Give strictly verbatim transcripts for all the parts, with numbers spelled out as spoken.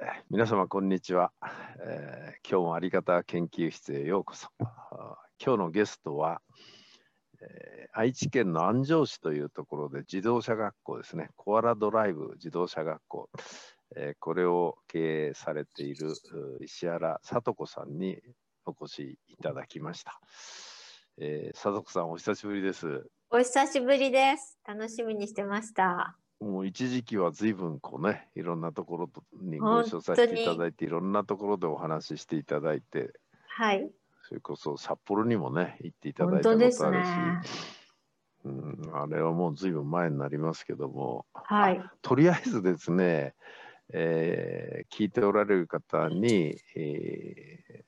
ー皆様こんにちは、えー今日もあり方研究室へようこそ。あー今日のゲストは、えー愛知県の安城市というところで自動車学校ですね、コアラドライブ自動車学校、えーこれを経営されているう石原聡子さんにお越しいただきました。えー、聡子さんお久しぶりです。 お久しぶりです。楽しみにしてました。 もう一時期は随分こうね、いろんなところにご一緒本させていた当に。 だいて、いろんなところでお話ししていただいて、 はい。 それこそ札幌にもね、行っていただ本いた当ですね。 ことあるし、うん、あれはもう随分前になりますけども、 はい。 あ、とりあえずですね、えー聞いておられる方に、えー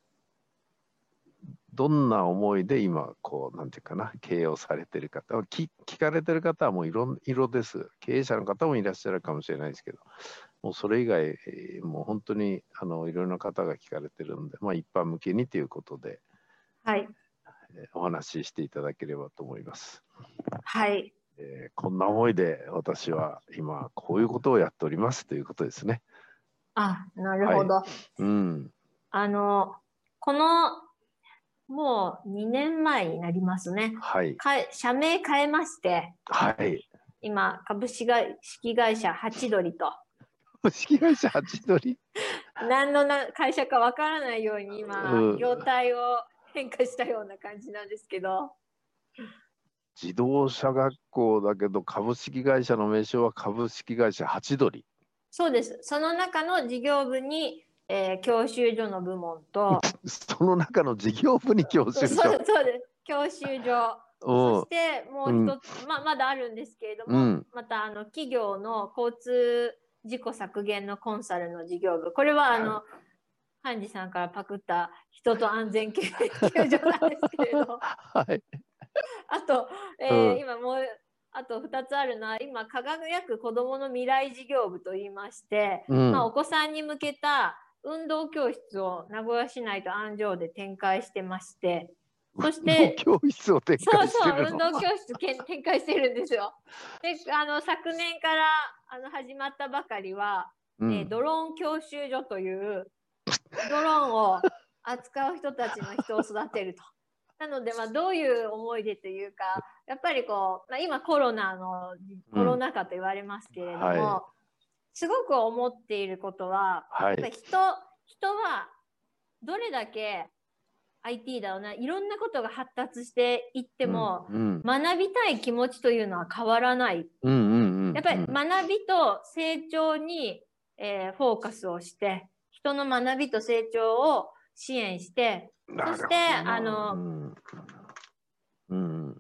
どんな思いで今、こう、なんていうかな、経営をされてる方、聞聞かれてる方はもういろん色です。経営者の方もいらっしゃるかもしれないですけど、もうそれ以外、えーもう本当にあのいろいろな方が聞かれてるんで、まあ、一般向けにということで、 はい。 えーお話ししていただければと思います。 はい。 えーこんな思いで私は今こういうことをやっておりますということですね。 あ、なるはい。 ほど。 うん。 あの、この、もうにねんまえになりますね。 はい。 か社名変えまして、 はい。 今、株式会社ハチドリと、 式会社ハチドリ。 何のな会社かわからないように今、 うん。 業態を変化したような感じなんですけど、 自動車学校だけど株式会社の名称は株式会社ハチドリ。 そうです。その中の事業部に、えー教習所の部門と、 その中の事業部に教習所。 そうそうです。教習所。そしてもう一つ、ままだあるんですけれども、 うん、 またあの企業の交通事故削減のコンサルの事業部。これはあの、ハンジさんからパクった人と安全研究所なんですけれど、 はい。 あと、えーうん今もうあとふたつあるのは今輝く子どもの未来事業部といいまして、 うん、 まあ、お子さんに向けた運動教室を名古屋市内と安城で展開してまして、そして教室を展開してるの。 そうそう、運動教室けん展開してるんですよ。で、あの昨年からあの始まったばかりは、 うん、 えードローン教習所というドローンを扱う人たちの人を育てると。なので、まあ、どういう思いでというか、やっぱりこう、まあ、今コロナのコロナ禍と言われますけれども、 はい、 すごく思っていることは、 はいやっぱり人人はどれだけ アイティー だろうな、いろんなことが発達していっても、 うん、 学びたい気持ちというのは変わらない。 うん、うん、うん、 やっぱり学びと成長に、えーフォーカスをして、人の学びと成長を支援して、そして、あの、 うん、うん、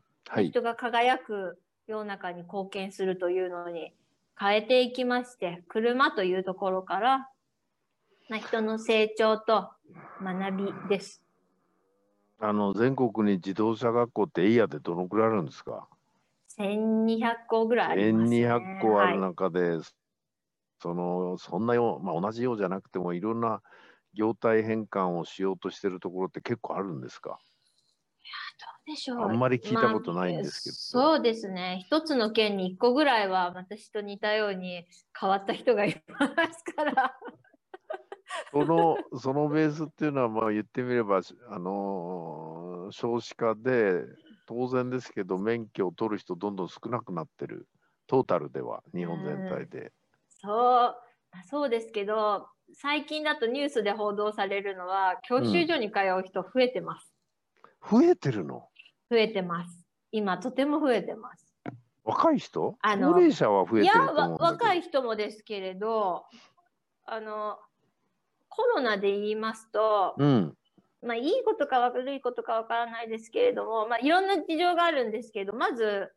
はね、 い。 人が輝く世の中に貢献するというのに変えていきまして、車というところから、まあ、人の成長と学びです。 あの全国に自動車学校ってエイヤでどのくらいあるんですか？ せんにひゃっこぐらいありますね。 せんにひゃっこあるはい。 中で、そのそんなよう、まあ、同じようじゃなくてもいろんな業態変換をしようとしてるところって結構あるんですか？ どうでしょう。 あんまり聞いたまあ、 ことないんですけど。 そうですね。一つの県に一個ぐらいは私と似たように変わった人がいますから。 その、そのベースっていうのは、まあ言ってみれば、あのー少子化で、当然ですけど、免許を取る人どんどん少なくなってる。トータルでは、日本全体で。 そう、そうですけど、最近だとニュースで報道されるのは、教習所に通う人増えてます。 増えてるの？ 増えてます。今、とても増えてます。 若い人？ あの高齢者は増えいや、 てると思うんだけど。 若い人もですけれど、あの、コロナで言いますと、 うん。 まあ、いいことか悪いことかわからないですけれども、まあ、いろんな事情があるんですけど、まず、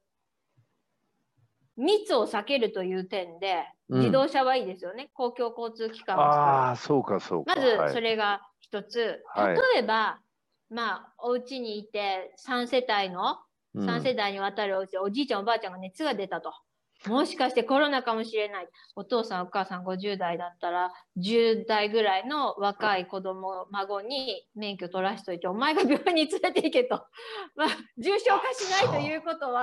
密を避けるという点で、自動車はいいですよね。公共交通機関を使う。 ああ、そうか、そうか。 まず、 はいそれが一つ。 はい例えば、まあ、お家にいてさん世帯の、さん世代にわたるお家でおじいちゃんおばあちゃんが熱が出たと。もしかしてコロナかもしれない。お父さんお母さんごじゅう代だったらじゅう代ぐらいの若い子供孫に免許取らしといてお前が病院に連れて行けと。まあ、重症化しないということは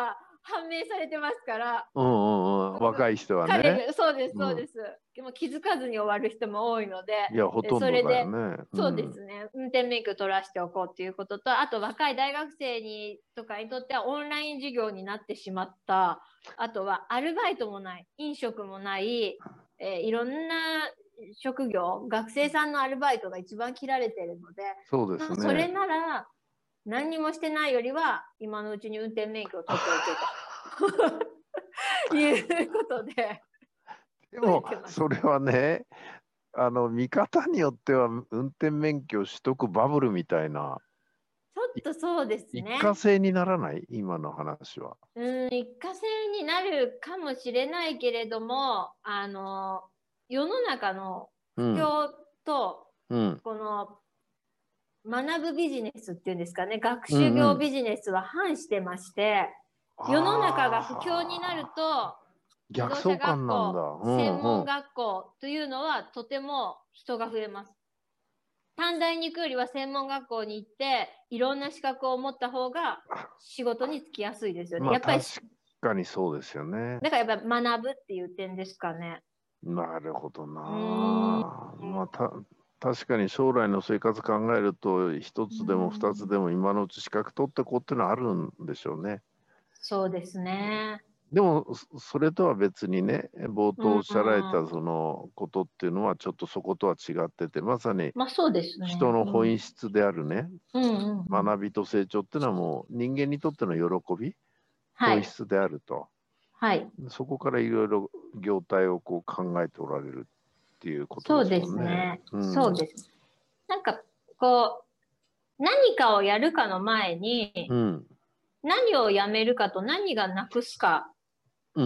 判明されてますから。 うんうんうん、若い人はね。 彼がそうですそうです、うん、でも気づかずに終わる人も多いので、 いやほとんどだよね。それで、うん、 そうですね、運転免許取らせておこうっていうことと、あと若い大学生にとかにとってはオンライン授業になってしまった。あとはアルバイトもない、飲食もない、えー、いろんな職業、学生さんのアルバイトが一番切られてるので、 そうですね、 それなら何にもしてないよりは今のうちに運転免許を取っておけということで。 でもそれはね、あの見方によっては運転免許取得バブルみたいな。 ちょっとそうですね。 一過性にならない？今の話は。 うん、一過性になるかもしれないけれども、あの世の中の不況と、うん、この学ぶビジネスっていうんですかね、学習業ビジネスは反してまして、うんうん、世の中が不況になると自動車学校、うんうん、専門学校というのはとても人が増えます。短大に行くよりは専門学校に行っていろんな資格を持った方が仕事に就きやすいですよね。 まあ、 やっぱり確かにそうですよね。 だからやっぱり学ぶっていう点ですかね。 なるほどな。まあ、た確かに将来の生活考えると一つでも二つでも今のうち資格取ってこうっていうのはあるんでしょうね。 そうですね。 でもそれとは別にね、冒頭おっしゃられたそのことっていうのはちょっとそことは違ってて、まさに人の本質であるね、学びと成長っていうのはもう人間にとっての喜び、はい、本質であると、はい、そこからいろいろ業態をこう考えておられるっていうことですもんね。 そうですね。なんかこう何かをやるかの前に、うん、何をやめるかと何がなくすか。うん、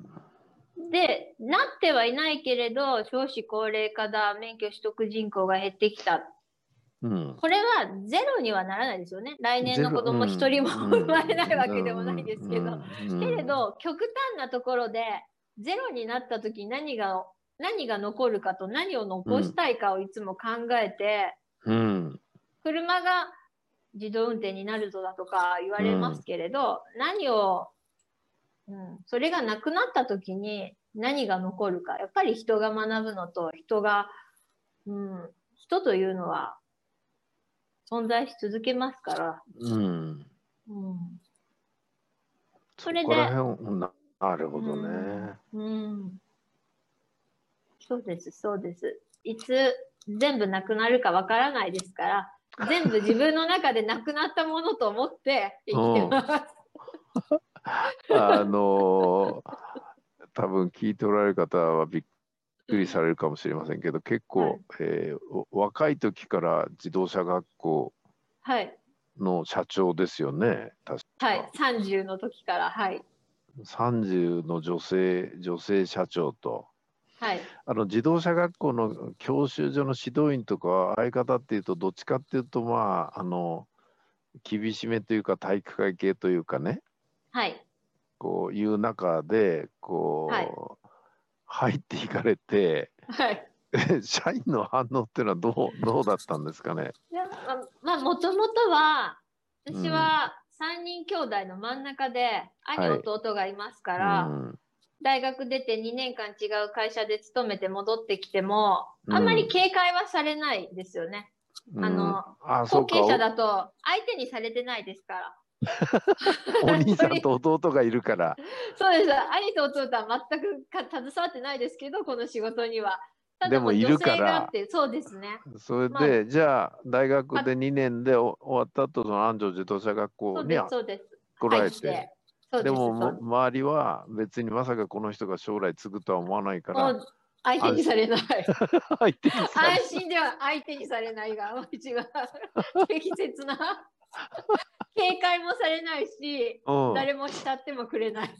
でなってはいないけれど少子高齢化だ、免許取得人口が減ってきた、うん、これはゼロにはならないですよね。来年の子供一人も生まれないわけでもないですけど、けれど極端なところでゼロになった時に何が何が残るかと何を残したいかをいつも考えて、うん、車が自動運転になるぞだとか言われますけれど、うん、何をうん、それがなくなった時に何が残るか、やっぱり人が学ぶのと人が、うん、人というのは存在し続けますから、うんうん、それでな, なるほどね、 うんうん、そうですそうです。いつ全部なくなるかわからないですから、全部自分の中でなくなったものと思って生きてます。 あの多分聞いておられる方はびっくりされるかもしれませんけど、結構、はい、えー、若い時から自動車学校の社長ですよね、確か。はい、さんじゅうの時から、はい。 さんじゅうの女性女性社長と、はい、あの自動車学校の教習所の指導員とか相方っていうとどっちかっていうとまああの厳しめというか体育会系というかね、はい、こういう中でこう、はい、入っていかれて、はい、社員の反応っていうのはどうどうだったんですかね。 いやまあもともとは私はさんにん兄弟の真ん中で、うん、兄弟がいますから、はい、うん、大学出てにねんかん違う会社で勤めて戻ってきても、うん、あんまり警戒はされないですよね。うん、あの後継者だと相手にされてないですから。 お兄さんと弟がいるから。 そうです。兄と弟は全くか携わってないですけど、この仕事には。ただでもいるから。 そうですね。 それで、まあ、じゃあ大学でにねんで終わった後の安城自動車学校には来られて。でも周りは別にまさかこの人が将来継ぐとは思わないから。 相手にされない。 相手にされない。 安心では相手にされないが一番適切な。警戒もされないし、うん、誰も慕ってもくれない。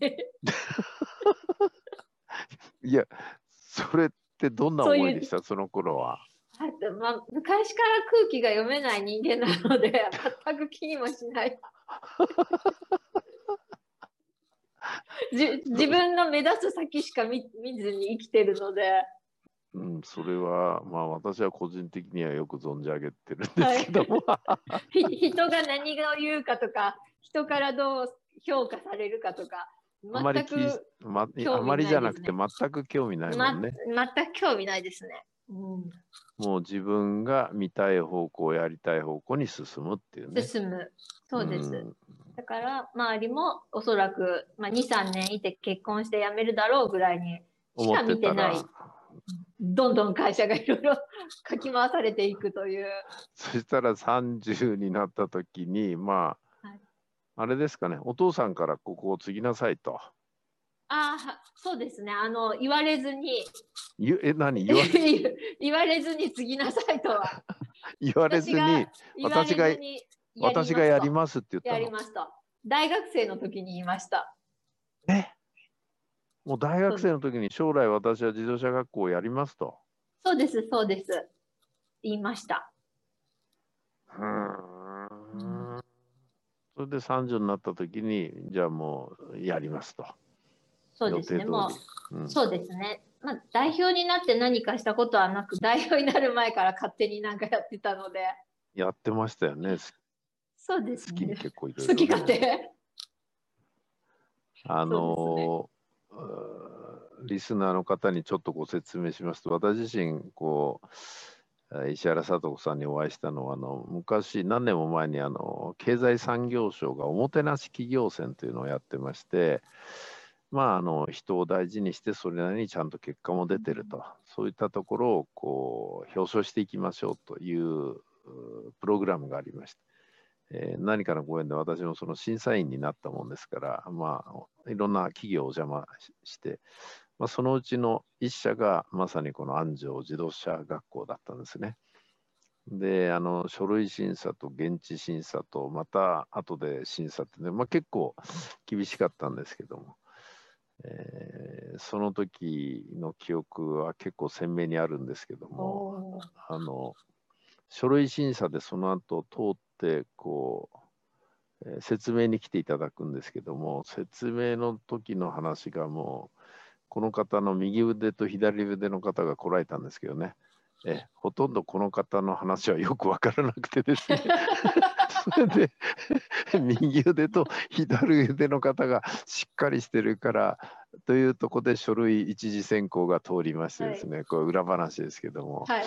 いや、それってどんな思いでした、 そ, その頃は。 まあ、昔から空気が読めない人間なので、全く気にもしない。じ自分の目指す先しか 見, 見ずに生きてるので。 うん、それはまあ私は個人的にはよく存じ上げてるんですけども、 はい、人が何を言うかとか人からどう評価されるかとか、 あまり全き、 くま、 興味あまりじゃなくてないですね。 全く興味ないもんね。 ま、全く興味ないですね。うん、 もう自分が見たい方向、やりたい方向に進むっていうね。 進む。そうです。 うん、 だから周りもおそらく、まあ、に、さんねんいて結婚して辞めるだろうぐらいにし思っか見ててたら、 ない。どんどん会社がいろいろかき回されていくという。 そしたらさんじゅうになった時に、まあ、 はい、 あれですかね、お父さんからここを継ぎなさいと。 ああ、そうですね。あの、言われずに、 ゆえ、何言われ、 言われずに継ぎなさいとは。 言われ私がずに、 言わ私が、 れずにやり私がますと。 やりますって言ったやりの。 ますと。大学生の時に言いました。 え、もう大学そうです。 生の時に将来私は自動車学校をやりますと。 そうです、そうです。言いました。 ううん、 ーん。それでさんじゅうになった時に、じゃあもうやりますと。予そうですね。も定通り。うう、 ん、 そうですね。まあ、代表になって何かしたことはなく、代表になる前から勝手になんかやってたので。 やってましたよね。好そうですね。 きに結構いろい好き勝ろね。 手。 あそうですね。 のリスナーの方にちょっとご説明しますと、私自身こう石原さと子さんにお会いしたのはあの昔何年も前にあの経済産業省がおもてなし企業選というのをやってまして、まあ、あの人を大事にしてそれなりにちゃんと結果も出てると、そういったところをこう表彰していきましょうというプログラムがありました。えー、何かのご縁で私もその審査員になったもんですから、まあ、いろんな企業をお邪魔して、まあ、そのうちの一社がまさにこの安城自動車学校だったんですね。で、あの書類審査と現地審査とまた後で審査ってね、まあ、結構厳しかったんですけども、えー、その時の記憶は結構鮮明にあるんですけども、あの書類審査でその後通ってこう、えー、説明に来ていただくんですけども、説明の時の話がもうこの方の右腕と左腕の方が来られたんですけどね、えほとんどこの方の話はよく分からなくてですねそれで右腕と左腕の方がしっかりしてるからというところで書類一次選考が通りましてですね、はい、これ裏話ですけども、はい、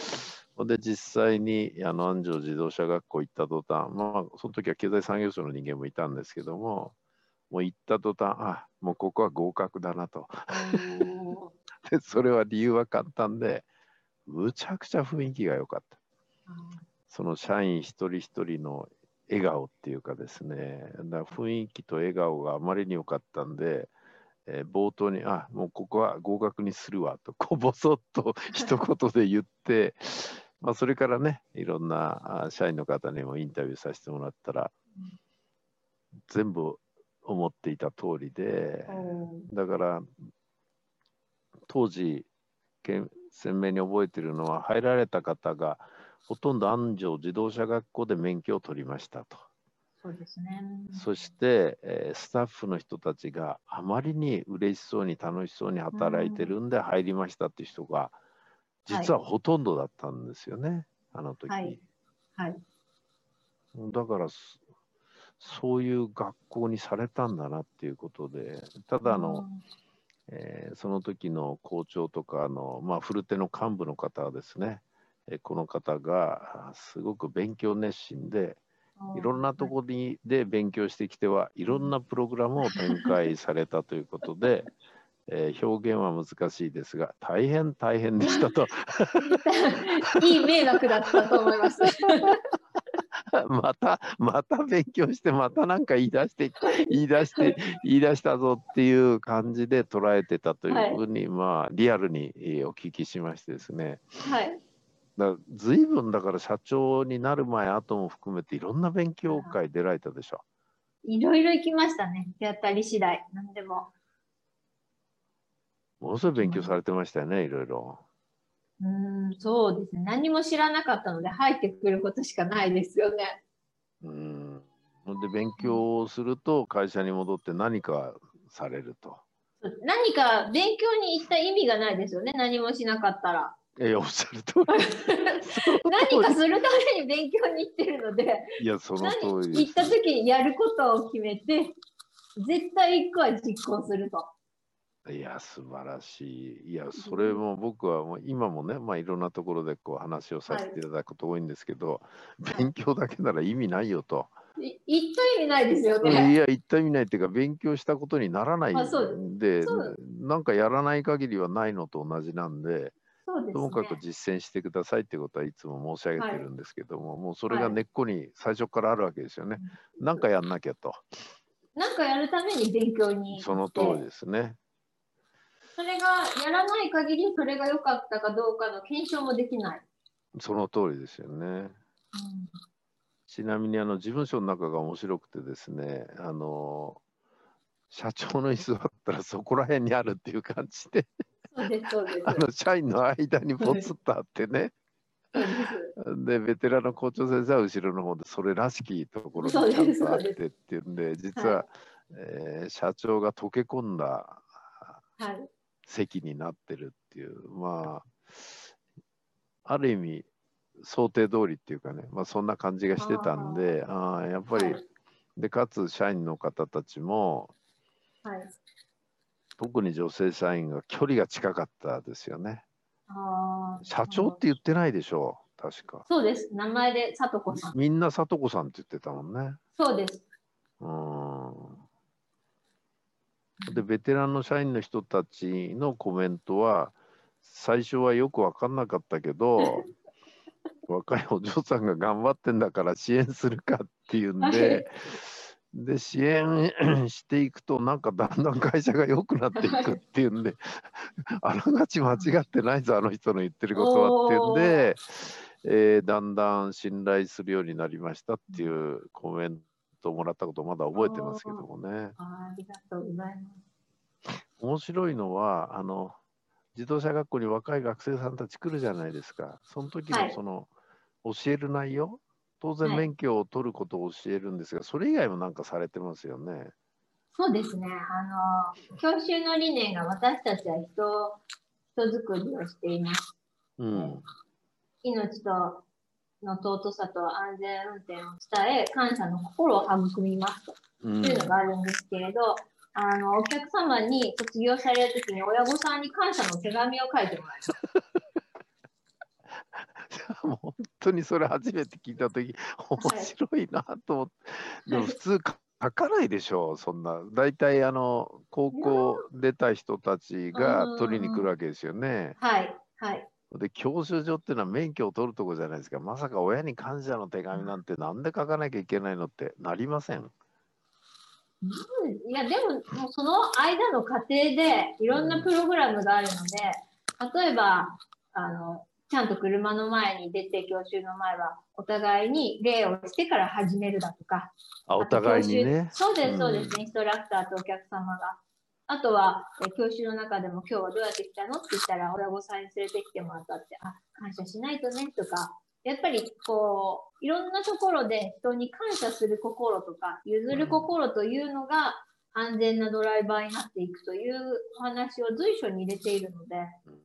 で実際にあの安城自動車学校行った途端、まあその時は経済産業省の人間もいたんですけども、もう行った途端、あ、もうここは合格だなとでそれは理由は簡単で、むちゃくちゃ雰囲気が良かった。その社員一人一人の笑顔っていうかですね、だから雰囲気と笑顔があまりに良かったんで、えー、冒頭に、あ、もうここは合格にするわと、こぼそっと一言で言って、まあそれからね、いろんな社員の方にもインタビューさせてもらったら、全部思っていた通りで、だから当時、鮮明に覚えているのは、入られた方がほとんど安城自動車学校で免許を取りましたと。 そうですね。 そして、えー、スタッフの人たちがあまりに嬉しそうに楽しそうに働いてるんで入りましたっていう人が実はほとんどだったんですよね、はい、あの時、はいはい、だからそういう学校にされたんだなっていうことで、ただあの、えー、その時の校長とかの、まあ、古手の幹部の方はですね、えー、この方がすごく勉強熱心でいろんなところで勉強してきてはいろんなプログラムを展開されたということで、えー、表現は難しいですが大変大変でしたといい迷惑だったと思いますまたまた勉強してまた何か言い出して言い出して言い出したぞっていう感じで捉えてたというふうに、はい、まあリアルにお聞きしましてですね、はいだずいぶんだから社長になる前後も含めていろんな勉強会出られたでしょ。 いろいろ行きましたね。手当たり次第何でも。 ものすごい勉強されてましたよね、いろいろ。 うん、そうですね。何も知らなかったので入ってくることしかないですよね。 うん。で勉強をすると会社に戻って何かされると。 何か勉強に行った意味がないですよね。何もしなかったら。 いや、おっしゃる通り。 何かするために勉強に行ってるので、 いや、その通りです。行った時にやることを決めて、 絶対一個は実行すると。 いや、素晴らしい。いや、それも僕はもう今もね、まあ、いろんなところでこう話をさせていただくこと多いんですけど、はい、勉強だけなら意味ないよと。 い言った意味ないですよね。 いや、言った意味ないっていうか、勉強したことにならないんで、なんかやらない限りはないのと同じなんで、 そうですね、 ともかく実践してくださいってことはいつも申し上げてるんですけども、はい、もうそれが根っこに最初からあるわけですよね。なんかやんなきゃと。 なんかやるために勉強に。 その通りですね。 それがやらない限りそれが良かったかどうかの検証もできない。 その通りですよね。うん、ちなみにあの事務所の中が面白くてですね、あの社長の椅子だったらそこら辺にあるっていう感じで、 そうですそうです。 あの社員の間にポツッとあってね。でベテランの校長先生は後ろの方でそれらしきところにちゃんとあってっていうんで、実は、はい、えー、社長が溶け込んだ席になってるっていう、まあある意味想定通りっていうかね、まあ、そんな感じがしてたんで、ああやっぱり、はい、でかつ社員の方たちも、はい、特に女性社員が距離が近かったですよね。あ社長って言ってないでしょう、確か。 そうです、名前でさとこさん。 みんなさとこさんって言ってたもんね。 そうです。 うんでベテランの社員の人たちのコメントは最初はよく分かんなかったけど若いお嬢さんが頑張ってんだから支援するかっていうんで、で支援していくとなんかだんだん会社が良くなっていくっていうんであながち間違ってないぞあの人の言ってることはっていうんで、えー、だんだん信頼するようになりましたっていうコメントをもらったことをまだ覚えてますけどもね。 ありがとうございます。 面白いのはあの自動車学校に若い学生さんたち来るじゃないですか。その時のその、はい、教える内容、当然免許を取ることを教えるんですが、はい、それ以外もなんかされてますよね。 そうですね。あの教習の理念が私たちは人人づくりをしています。うん、命との尊さと安全運転を伝え、感謝の心を育みますと、うん、いうのがあるんですけれど、あのお客様に卒業されるときに親御さんに感謝の手紙を書いてもらいます。 もう本当にそれ初めて聞いたとき面白いなと思って、はい、でも普通書かないでしょう、そんな。大体あの高校出た人たちが取りに来るわけですよね。 はいはいで教習所っていうのは免許を取るとこじゃないですか。まさか親に感謝の手紙なんてなんで書かなきゃいけないのってなりません？ いやでも、もうその間の過程でいろんなプログラムがあるので、例えばあのちゃんと車の前に出て教習の前はお互いに礼をしてから始めるだとか、 あお互いにね。 そうですそうですね、うん、インストラクターとお客様が。あとはえ教習の中でも今日はどうやって来たのって言ったら親御さんに連れてきてもらったって、あ感謝しないとねとか。やっぱりこういろんなところで人に感謝する心とか譲る心というのが安全なドライバーになっていくというお話を随所に入れているので、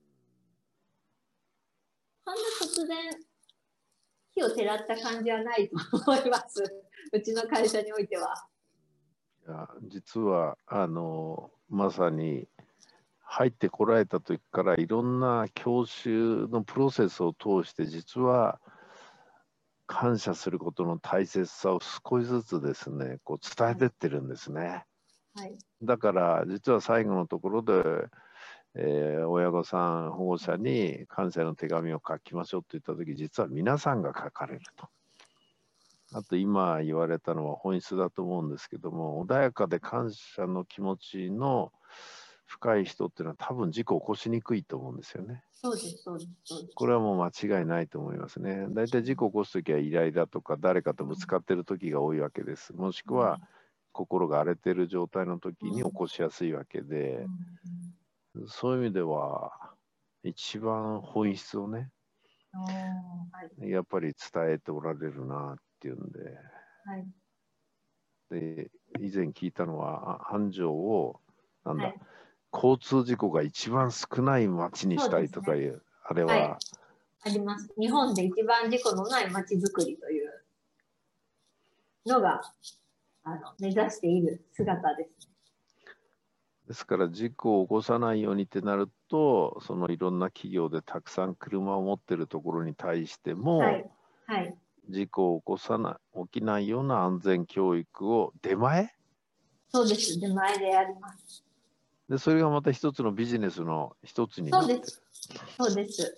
そんな突然火をてらった感じはないと思います。うちの会社においては。 いや実はあのまさに入ってこられた時からいろんな教習のプロセスを通して実は感謝することの大切さを少しずつですねこう伝えてってるんですね、はい、だから実は最後のところで、えー、親御さん保護者に感謝の手紙を書きましょうと言った時実は皆さんが書かれると。あと今言われたのは本質だと思うんですけども、穏やかで感謝の気持ちの深い人っていうのは多分事故を起こしにくいと思うんですよね。 そうですそうですそうです。 これはもう間違いないと思いますね。だいたい事故を起こすときはイライラとか誰かとぶつかってる時が多いわけです。もしくは心が荒れてる状態の時に起こしやすいわけで、そういう意味では一番本質をね、やっぱり伝えておられるなっていうんで、はい、で以前聞いたのは繁盛をなんだ、はい、交通事故が一番少ない町にしたいとかいう、ね、あれは、はい、 あります。日本で一番事故のない町づくりというのがあの目指している姿です。 ですから事故を起こさないようにってなると、そのいろんな企業でたくさん車を持ってるところに対しても、 はいはい、 事故を起こさない、起きないような安全教育を出前そうです。出前でやります。 で、それがまた一つのビジネスの一つになってる。 そうです。そうです。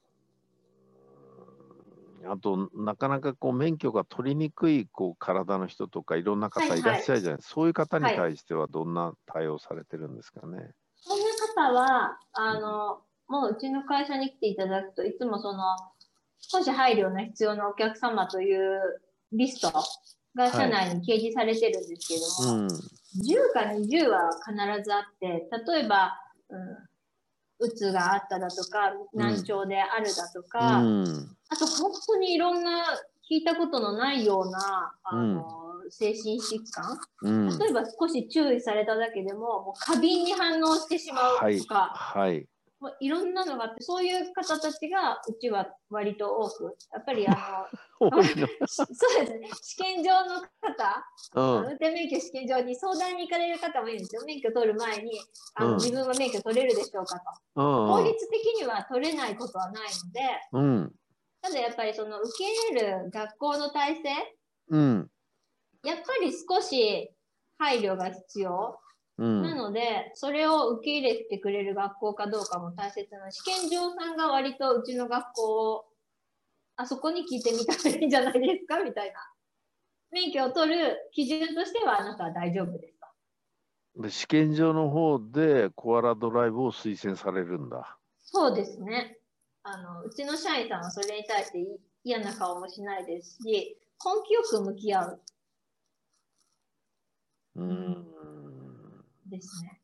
あと、なかなかこう免許が取りにくいこう体の人とかいろんな方いらっしゃるじゃないですか。はいはい、そういう方に対してはどんな対応されてるんですかね。 そんな方は、あの、うん、もううちの会社に来ていただくといつもその少し配慮の必要なお客様というリストが社内に掲示されてるんですけども、はい、うん、じゅうかにじゅうは必ずあって、例えば、うん、うつがあっただとか難聴であるだとか、うん、あと本当にいろんな聞いたことのないようなあの、うん、精神疾患、うん、例えば少し注意されただけでも、もう過敏に反応してしまうとか、はいはい、もういろんなのがあって、そういう方たちがうちは割と多く、やっぱりあのそうですね、試験場の方、うん、運転免許試験場に相談に行かれる方もいるんですよ。免許取る前にあの、うん、自分は免許取れるでしょうかと、うん、法律的には取れないことはないので、うん、ただやっぱりその受け入れる学校の体制、うん、やっぱり少し配慮が必要、うん、なのでそれを受け入れてくれる学校かどうかも大切な、試験場さんが割とうちの学校をあそこに聞いてみたらいいんじゃないですかみたいな、免許を取る基準としてはあなたは大丈夫ですと。 で試験場の方でコアラドライブを推薦されるんだ。 そうですね。あのうちの社員さんはそれに対して嫌な顔もしないですし、根気よく向き合う。うんですね。